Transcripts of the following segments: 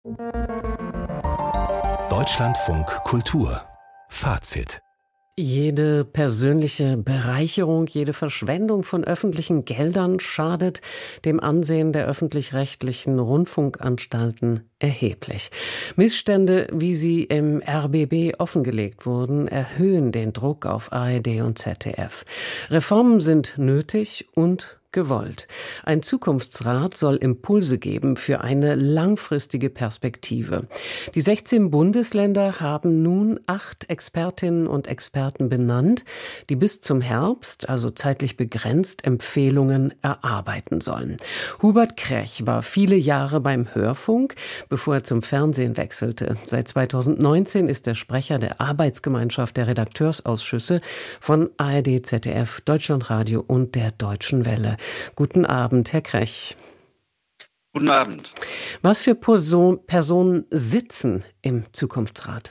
Deutschlandfunk Kultur Fazit. Jede persönliche Bereicherung, jede Verschwendung von öffentlichen Geldern schadet dem Ansehen der öffentlich-rechtlichen Rundfunkanstalten erheblich. Missstände, wie sie im RBB offengelegt wurden, erhöhen den Druck auf ARD und ZDF. Reformen sind nötig und gewollt. Ein Zukunftsrat soll Impulse geben für eine langfristige Perspektive. Die 16 Bundesländer haben nun 8 Expertinnen und Experten benannt, die bis zum Herbst, also zeitlich begrenzt, Empfehlungen erarbeiten sollen. Hubert Krech war viele Jahre beim Hörfunk, bevor er zum Fernsehen wechselte. Seit 2019 ist er Sprecher der Arbeitsgemeinschaft der Redakteursausschüsse von ARD, ZDF, Deutschlandradio und der Deutschen Welle. Guten Abend, Herr Krech. Guten Abend. Was für Personen sitzen im Zukunftsrat?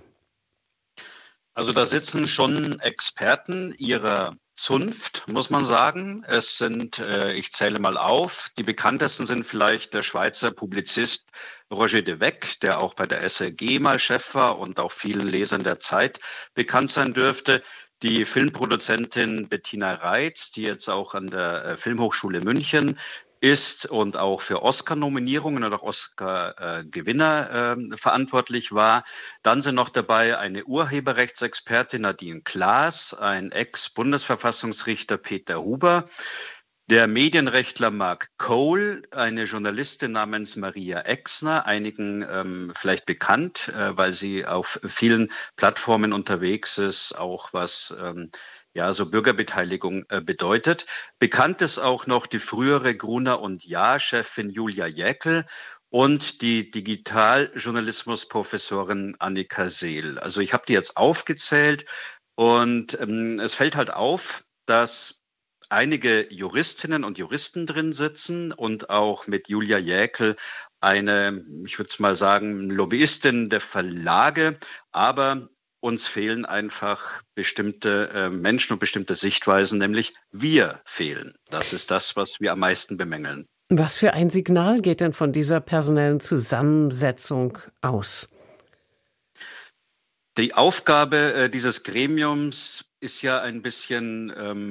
Also da sitzen schon Experten ihrer Zunft, muss man sagen. Es sind, ich zähle mal auf, die bekanntesten sind vielleicht der Schweizer Publizist Roger de Weck, der auch bei der SRG mal Chef war und auch vielen Lesern der Zeit bekannt sein dürfte. Die Filmproduzentin Bettina Reitz, die jetzt auch an der Filmhochschule München ist und auch für Oscar-Nominierungen oder auch Oscar-Gewinner verantwortlich war. Dann sind noch dabei eine Urheberrechtsexpertin Nadine Klaas, ein Ex-Bundesverfassungsrichter Peter Huber, der Medienrechtler Mark Cole, eine Journalistin namens Maria Exner, einigen vielleicht bekannt, weil sie auf vielen Plattformen unterwegs ist, auch was so Bürgerbeteiligung bedeutet. Bekannt ist auch noch die frühere Gruner und Jahr-Chefin Julia Jäckel und die Digitaljournalismus-Professorin Annika Seel. Also ich habe die jetzt aufgezählt und es fällt halt auf, dass einige Juristinnen und Juristen drin sitzen und auch mit Julia Jäckel eine, ich würde es mal sagen, Lobbyistin der Verlage, aber uns fehlen einfach bestimmte Menschen und bestimmte Sichtweisen, nämlich wir fehlen. Das ist das, was wir am meisten bemängeln. Was für ein Signal geht denn von dieser personellen Zusammensetzung aus? Die Aufgabe dieses Gremiums ist ja ein bisschen,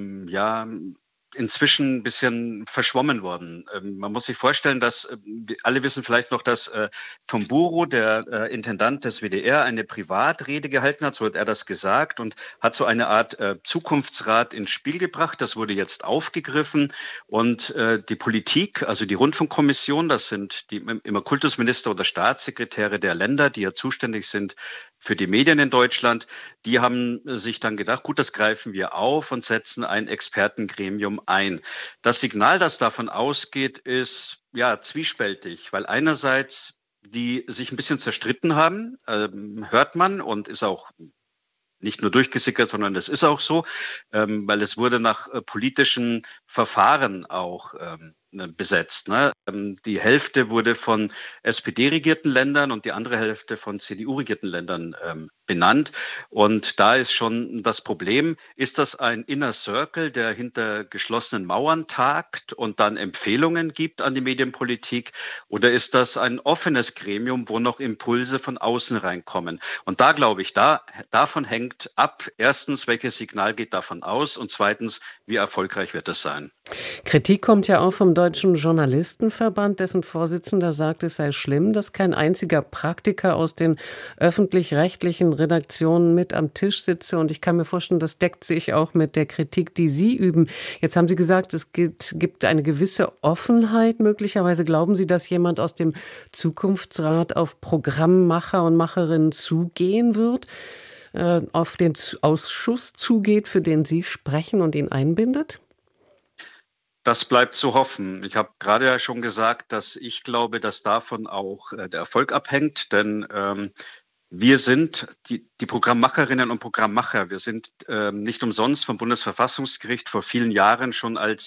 inzwischen ein bisschen verschwommen worden. Man muss sich vorstellen, dass alle wissen vielleicht noch, dass Tom Buro, der Intendant des WDR, eine Privatrede gehalten hat, so hat er das gesagt und hat so eine Art Zukunftsrat ins Spiel gebracht. Das wurde jetzt aufgegriffen und die Politik, also die Rundfunkkommission, das sind die immer Kultusminister oder Staatssekretäre der Länder, die ja zuständig sind für die Medien in Deutschland, die haben sich dann gedacht, gut, das greifen wir auf und setzen ein Expertengremium ein. Das Signal, das davon ausgeht, ist zwiespältig, weil einerseits die sich ein bisschen zerstritten haben, hört man und ist auch nicht nur durchgesickert, sondern das ist auch so, weil es wurde nach politischen Verfahren auch besetzt. Ne? Die Hälfte wurde von SPD-regierten Ländern und die andere Hälfte von CDU-regierten Ländern benannt. Und da ist schon das Problem, ist das ein Inner Circle, der hinter geschlossenen Mauern tagt und dann Empfehlungen gibt an die Medienpolitik? Oder ist das ein offenes Gremium, wo noch Impulse von außen reinkommen? Und da glaube ich, davon hängt ab, erstens, welches Signal geht davon aus und zweitens, wie erfolgreich wird es sein? Kritik kommt ja auch vom Deutschen Journalistenverband, dessen Vorsitzender sagt, es sei schlimm, dass kein einziger Praktiker aus den öffentlich-rechtlichen Redaktionen mit am Tisch sitze. Und ich kann mir vorstellen, das deckt sich auch mit der Kritik, die Sie üben. Jetzt haben Sie gesagt, es gibt eine gewisse Offenheit. Möglicherweise glauben Sie, dass jemand aus dem Zukunftsrat auf Programmmacher und Macherinnen zugehen wird, auf den Ausschuss zugeht, für den Sie sprechen und ihn einbindet? Das bleibt zu hoffen. Ich habe gerade ja schon gesagt, dass ich glaube, dass davon auch der Erfolg abhängt, denn wir sind die Programmmacherinnen und Programmmacher. Wir sind nicht umsonst vom Bundesverfassungsgericht vor vielen Jahren schon als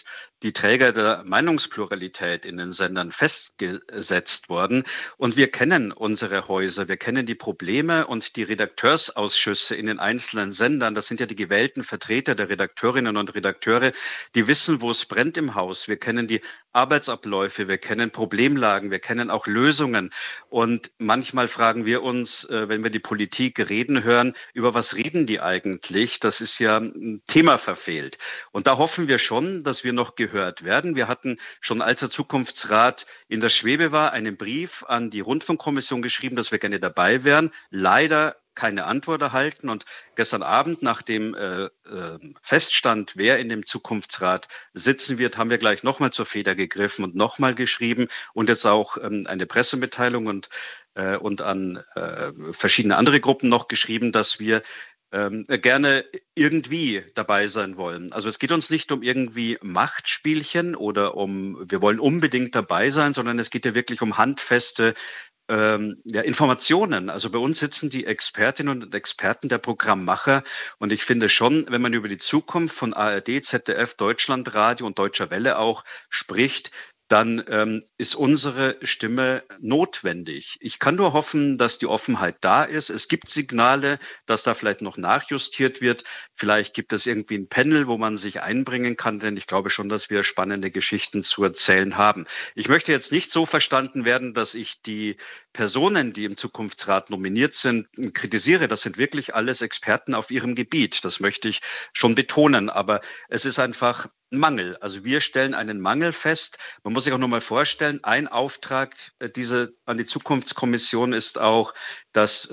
die Träger der Meinungspluralität in den Sendern festgesetzt worden. Und wir kennen unsere Häuser, wir kennen die Probleme und die Redakteursausschüsse in den einzelnen Sendern. Das sind ja die gewählten Vertreter der Redakteurinnen und Redakteure, die wissen, wo es brennt im Haus. Wir kennen die Arbeitsabläufe, wir kennen Problemlagen, wir kennen auch Lösungen. Und manchmal fragen wir uns, wenn wir die Politik reden hören, über was reden die eigentlich? Das ist ja ein Thema verfehlt. Und da hoffen wir schon, dass wir noch gehört werden. Wir hatten schon, als der Zukunftsrat in der Schwebe war, einen Brief an die Rundfunkkommission geschrieben, dass wir gerne dabei wären. Leider keine Antwort erhalten. Und gestern Abend, nach dem feststand, wer in dem Zukunftsrat sitzen wird, haben wir gleich nochmal zur Feder gegriffen und nochmal geschrieben und jetzt auch eine Pressemitteilung und an verschiedene andere Gruppen noch geschrieben, dass wir gerne irgendwie dabei sein wollen. Also es geht uns nicht um irgendwie Machtspielchen oder wir wollen unbedingt dabei sein, sondern es geht ja wirklich um handfeste Informationen. Also bei uns sitzen die Expertinnen und Experten der Programmmacher und ich finde schon, wenn man über die Zukunft von ARD, ZDF, Deutschlandradio und Deutscher Welle auch spricht, dann ist unsere Stimme notwendig. Ich kann nur hoffen, dass die Offenheit da ist. Es gibt Signale, dass da vielleicht noch nachjustiert wird. Vielleicht gibt es irgendwie ein Panel, wo man sich einbringen kann, denn ich glaube schon, dass wir spannende Geschichten zu erzählen haben. Ich möchte jetzt nicht so verstanden werden, dass ich die Personen, die im Zukunftsrat nominiert sind, kritisiere. Das sind wirklich alles Experten auf ihrem Gebiet. Das möchte ich schon betonen. Aber es ist einfach Mangel. Also wir stellen einen Mangel fest. Man muss sich auch noch mal vorstellen, ein Auftrag an die Zukunftskommission ist auch, dass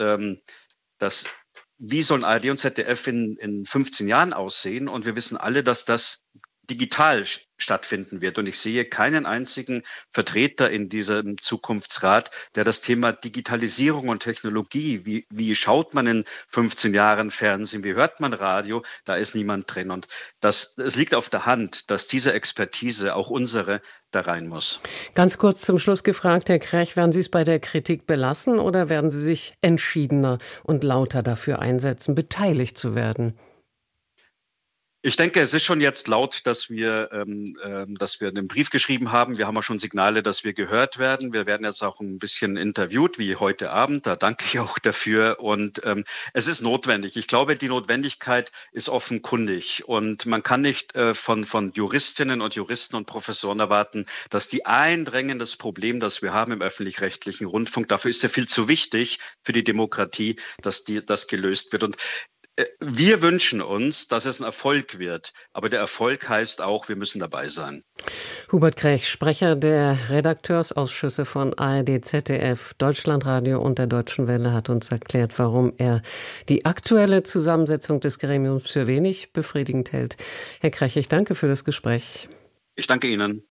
wie sollen ARD und ZDF in 15 Jahren aussehen? Und wir wissen alle, dass das digital stattfinden wird. Und ich sehe keinen einzigen Vertreter in diesem Zukunftsrat, der das Thema Digitalisierung und Technologie, wie schaut man in 15 Jahren Fernsehen, wie hört man Radio, da ist niemand drin. Und es liegt auf der Hand, dass diese Expertise, auch unsere, da rein muss. Ganz kurz zum Schluss gefragt, Herr Krech, werden Sie es bei der Kritik belassen oder werden Sie sich entschiedener und lauter dafür einsetzen, beteiligt zu werden? Ich denke, es ist schon jetzt laut, dass wir einen Brief geschrieben haben. Wir haben auch schon Signale, dass wir gehört werden. Wir werden jetzt auch ein bisschen interviewt, wie heute Abend. Da danke ich auch dafür. Und es ist notwendig. Ich glaube, die Notwendigkeit ist offenkundig. Und man kann nicht von Juristinnen und Juristen und Professoren erwarten, dass die ein drängendes Problem, das wir haben im öffentlich-rechtlichen Rundfunk, dafür ist ja viel zu wichtig für die Demokratie, dass das gelöst wird. Und wir wünschen uns, dass es ein Erfolg wird. Aber der Erfolg heißt auch, wir müssen dabei sein. Hubert Krech, Sprecher der Redakteursausschüsse von ARD, ZDF, Deutschlandradio und der Deutschen Welle, hat uns erklärt, warum er die aktuelle Zusammensetzung des Gremiums für wenig befriedigend hält. Herr Krech, ich danke für das Gespräch. Ich danke Ihnen.